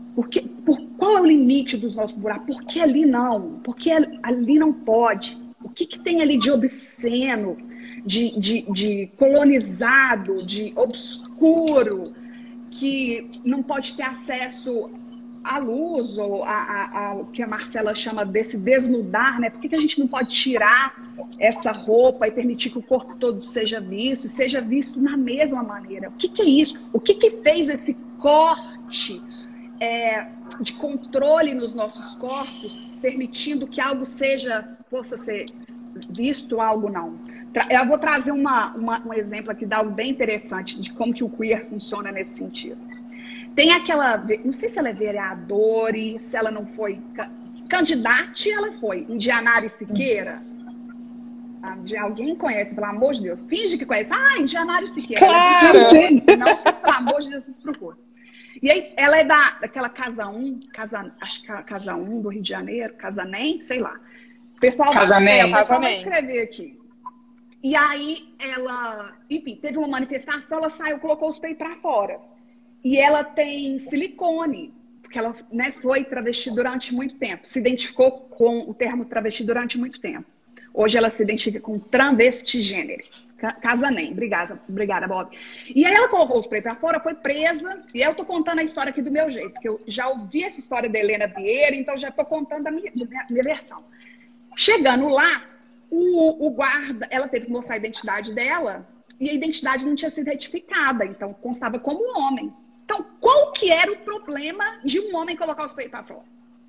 Por que, por, qual é o limite dos nossos buracos? Por que ali não? Por que ali não pode? O que, que tem ali de obsceno, de, de, de colonizado, de obscuro, que não pode ter acesso à luz, ou ao que a Marcela chama desse desnudar, né? Por que, que a gente não pode tirar essa roupa e permitir que o corpo todo seja visto, e seja visto na mesma maneira? O que, que é isso? O que, que fez esse corte é, de controle nos nossos corpos, permitindo que algo seja, possa ser visto, algo não? Eu vou trazer uma, uma, um exemplo aqui de algo bem interessante de como que o queer funciona nesse sentido. Tem aquela, não sei se ela é vereadora, se ela não foi candidata, ela foi, Indianara Siqueira. De alguém conhece, pelo amor de Deus. Finge que conhece. Ah, Indianara Siqueira. Claro! Não, vocês, pelo amor de Deus, vocês procuram. E aí, ela é da, daquela Casa um, casa, acho que é Casa um do Rio de Janeiro, Casa Nem, sei lá. O pessoal, Casa Nem. É, o pessoal vai escrever aqui. E aí, ela, enfim, teve uma manifestação, ela saiu, colocou os peitos pra fora. E ela tem silicone, porque ela, né, foi travesti durante muito tempo, se identificou com o termo travesti durante muito tempo. Hoje ela se identifica com travestigênero. Casa Nem. Obrigada, obrigada, Bob. E aí ela colocou os peitos pra fora, foi presa, e eu tô contando a história aqui do meu jeito, porque eu já ouvi essa história da Helena Vieira, então já tô contando a minha, minha, minha versão. Chegando lá, o, o guarda, ela teve que mostrar a identidade dela, e a identidade não tinha sido retificada, então constava como homem. Então, qual que era o problema de um homem colocar os peitos para fora?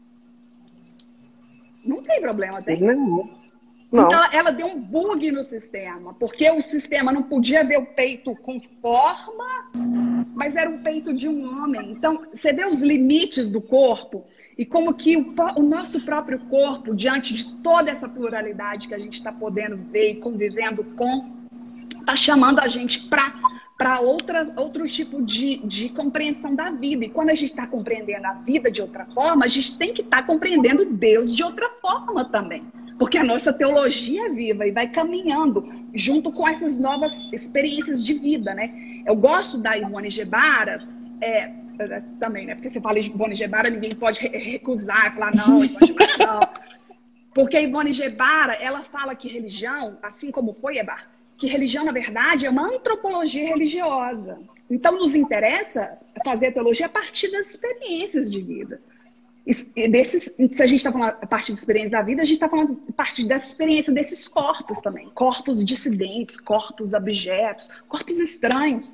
Não tem problema, tem? Não. Então, ela deu um bug no sistema, porque o sistema não podia ver o peito com forma, mas era o peito de um homem. Então, você vê os limites do corpo e como que o, o nosso próprio corpo, diante de toda essa pluralidade que a gente está podendo ver e convivendo com, está chamando a gente para para outro tipo de, de compreensão da vida. E quando a gente está compreendendo a vida de outra forma, a gente tem que estar tá compreendendo Deus de outra forma também. Porque a nossa teologia é viva e vai caminhando junto com essas novas experiências de vida, né? Eu gosto da Ivone Gebara, é, também, né? Porque você fala Ivone Gebara, ninguém pode recusar, falar não, Ivone Gebara não. Porque a Ivone Gebara, ela fala que religião, assim como foi, Ebar, que religião, na verdade, é uma antropologia religiosa. Então, nos interessa fazer teologia a partir das experiências de vida. E desses, se a gente está falando a partir da experiência da vida, a gente está falando a partir dessa experiência desses corpos também. Corpos dissidentes, corpos abjetos, corpos estranhos.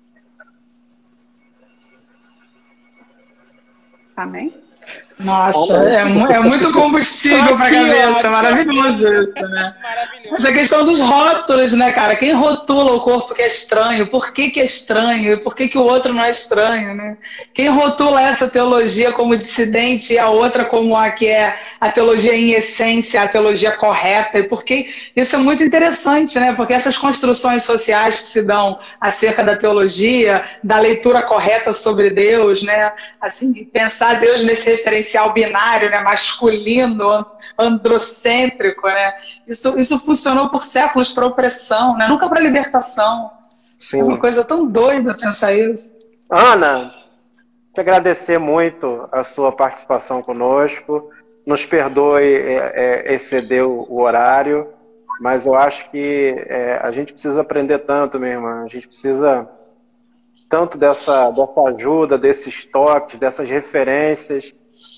Amém? Nossa, é, é muito combustível para a cabeça, é maravilhoso isso, né? Maravilhoso. Essa questão dos rótulos, né, cara? Quem rotula o corpo que é estranho? Por que que é estranho? E por que que o outro não é estranho, né? Quem rotula essa teologia como dissidente e a outra como a que é a teologia em essência, a teologia correta? E por que isso é muito interessante, né? Porque essas construções sociais que se dão acerca da teologia, da leitura correta sobre Deus, né? Assim, pensar Deus nesse referencial binário, né, masculino, androcêntrico, né? Isso, isso funcionou por séculos para opressão, né? Nunca para libertação. Sim. É uma coisa tão doida pensar isso. Ana, te agradecer muito a sua participação conosco. Nos perdoe é, é, exceder o horário, mas eu acho que é, a gente precisa aprender tanto, minha irmã. A gente precisa tanto dessa, dessa ajuda, desses toques, dessas referências.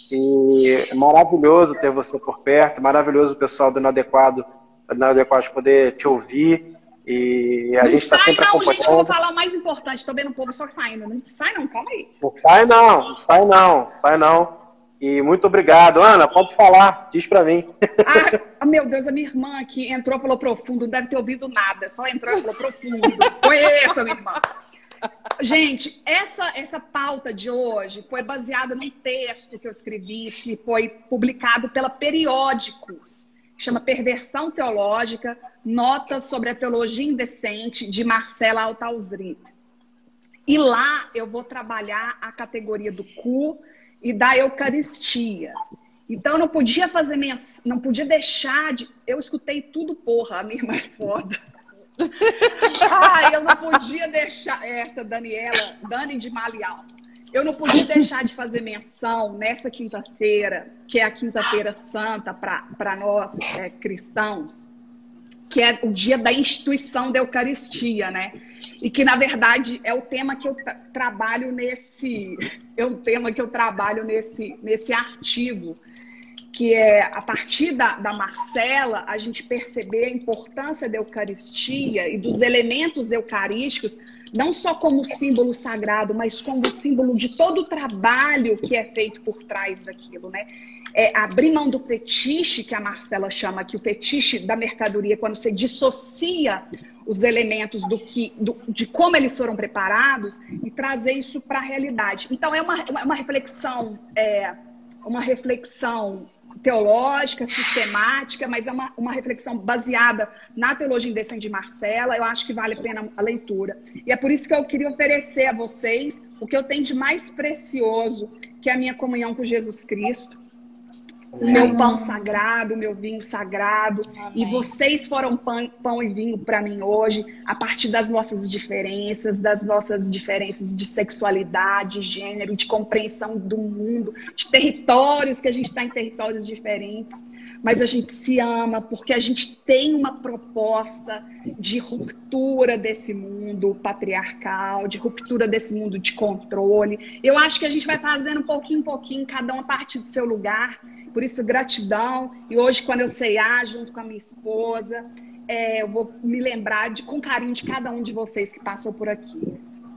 E é maravilhoso ter você por perto, maravilhoso o pessoal do Inadequado, do Inadequado poder te ouvir. E a não gente está sempre não, acompanhando. Gente, eu vou falar o mais importante, estou vendo o povo só saindo. Não sai não, calma aí. Não sai não, não sai não, sai não. E muito obrigado. Ana, pode falar, diz para mim. Ah, meu Deus, a minha irmã aqui entrou pelo profundo, não deve ter ouvido nada, só entrou pelo profundo. Conheço a minha irmã. Gente, essa, essa pauta de hoje foi baseada num texto que eu escrevi, que foi publicado pela Periódicos, que chama Perversão Teológica, Notas sobre a Teologia Indecente, de Marcela Altausrit. E lá eu vou trabalhar a categoria do cu e da Eucaristia. Então eu não podia fazer minha, não podia deixar de... Eu escutei tudo, porra, a minha irmã é foda. Ah, eu não podia deixar essa Daniela, Dani de Malial. eu não podia deixar de fazer menção nessa quinta-feira, que é a quinta-feira santa para nós é, cristãos, que é o dia da instituição da Eucaristia, né? E que, na verdade, é o tema que eu tra trabalho nesse... É o tema que eu trabalho nesse, nesse artigo, que é, a partir da, da Marcela, a gente perceber a importância da Eucaristia e dos elementos eucarísticos, não só como símbolo sagrado, mas como símbolo de todo o trabalho que é feito por trás daquilo, né? É, abrir mão do fetiche, que a Marcela chama aqui, o fetiche da mercadoria, quando você dissocia os elementos do que, do, de como eles foram preparados e trazer isso para a realidade. Então, é uma, uma reflexão, é, uma reflexão teológica, sistemática, mas é uma, uma reflexão baseada na teologia indecente de Marcela. Eu acho que vale a pena a leitura. E é por isso que eu queria oferecer a vocês o que eu tenho de mais precioso, que é a minha comunhão com Jesus Cristo, o meu pão sagrado, o meu vinho sagrado. Amém. E vocês foram pão, pão e vinho para mim hoje, a partir das nossas diferenças, das nossas diferenças de sexualidade, gênero, de compreensão do mundo, de territórios, que a gente está em territórios diferentes, mas a gente se ama porque a gente tem uma proposta de ruptura desse mundo patriarcal, de ruptura desse mundo de controle. Eu acho que a gente vai fazendo pouquinho em pouquinho, cada um a partir do seu lugar. Por isso, gratidão. E hoje, quando eu ceiar junto com a minha esposa, é, eu vou me lembrar de, com carinho de cada um de vocês que passou por aqui.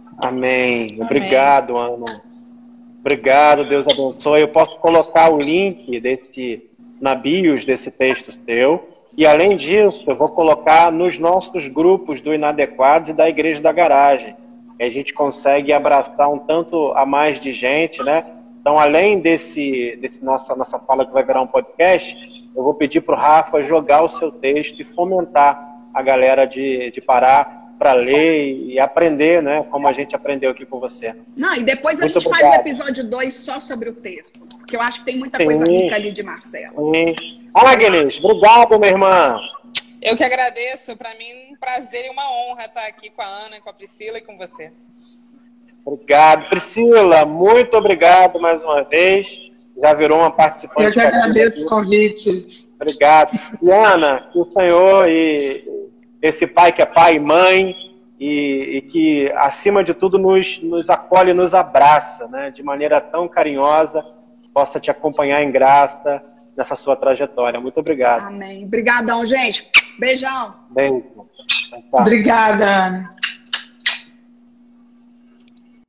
Amém. Obrigado, Ana. Obrigado, Deus abençoe. Eu posso colocar o link desse, na bios desse texto seu. E, além disso, eu vou colocar nos nossos grupos do Inadequados e da Igreja da Garagem. A gente consegue abraçar um tanto a mais de gente, né? Então, além desse, desse nossa, nossa fala que vai virar um podcast, eu vou pedir para o Rafa jogar o seu texto e fomentar a galera de, de parar para ler e aprender, né? Como a gente aprendeu aqui com você. Não, e depois a Muito gente obrigado. faz o episódio dois só sobre o texto, porque eu acho que tem muita Sim. coisa rica ali de Marcela. Sim. Agnes, obrigado, minha irmã. Eu que agradeço. Para mim, um prazer e uma honra estar aqui com a Ana, com a Priscila e com você. Obrigado. Priscila, muito obrigado mais uma vez. Já virou uma participante. Eu que agradeço o convite. Obrigado. E Ana, que o Senhor e esse pai que é pai e mãe e, e que, acima de tudo, nos, nos acolhe e nos abraça, né, de maneira tão carinhosa, possa te acompanhar em graça nessa sua trajetória. Muito obrigado. Amém. Obrigadão, gente. Beijão. Beijo. Obrigada, Ana.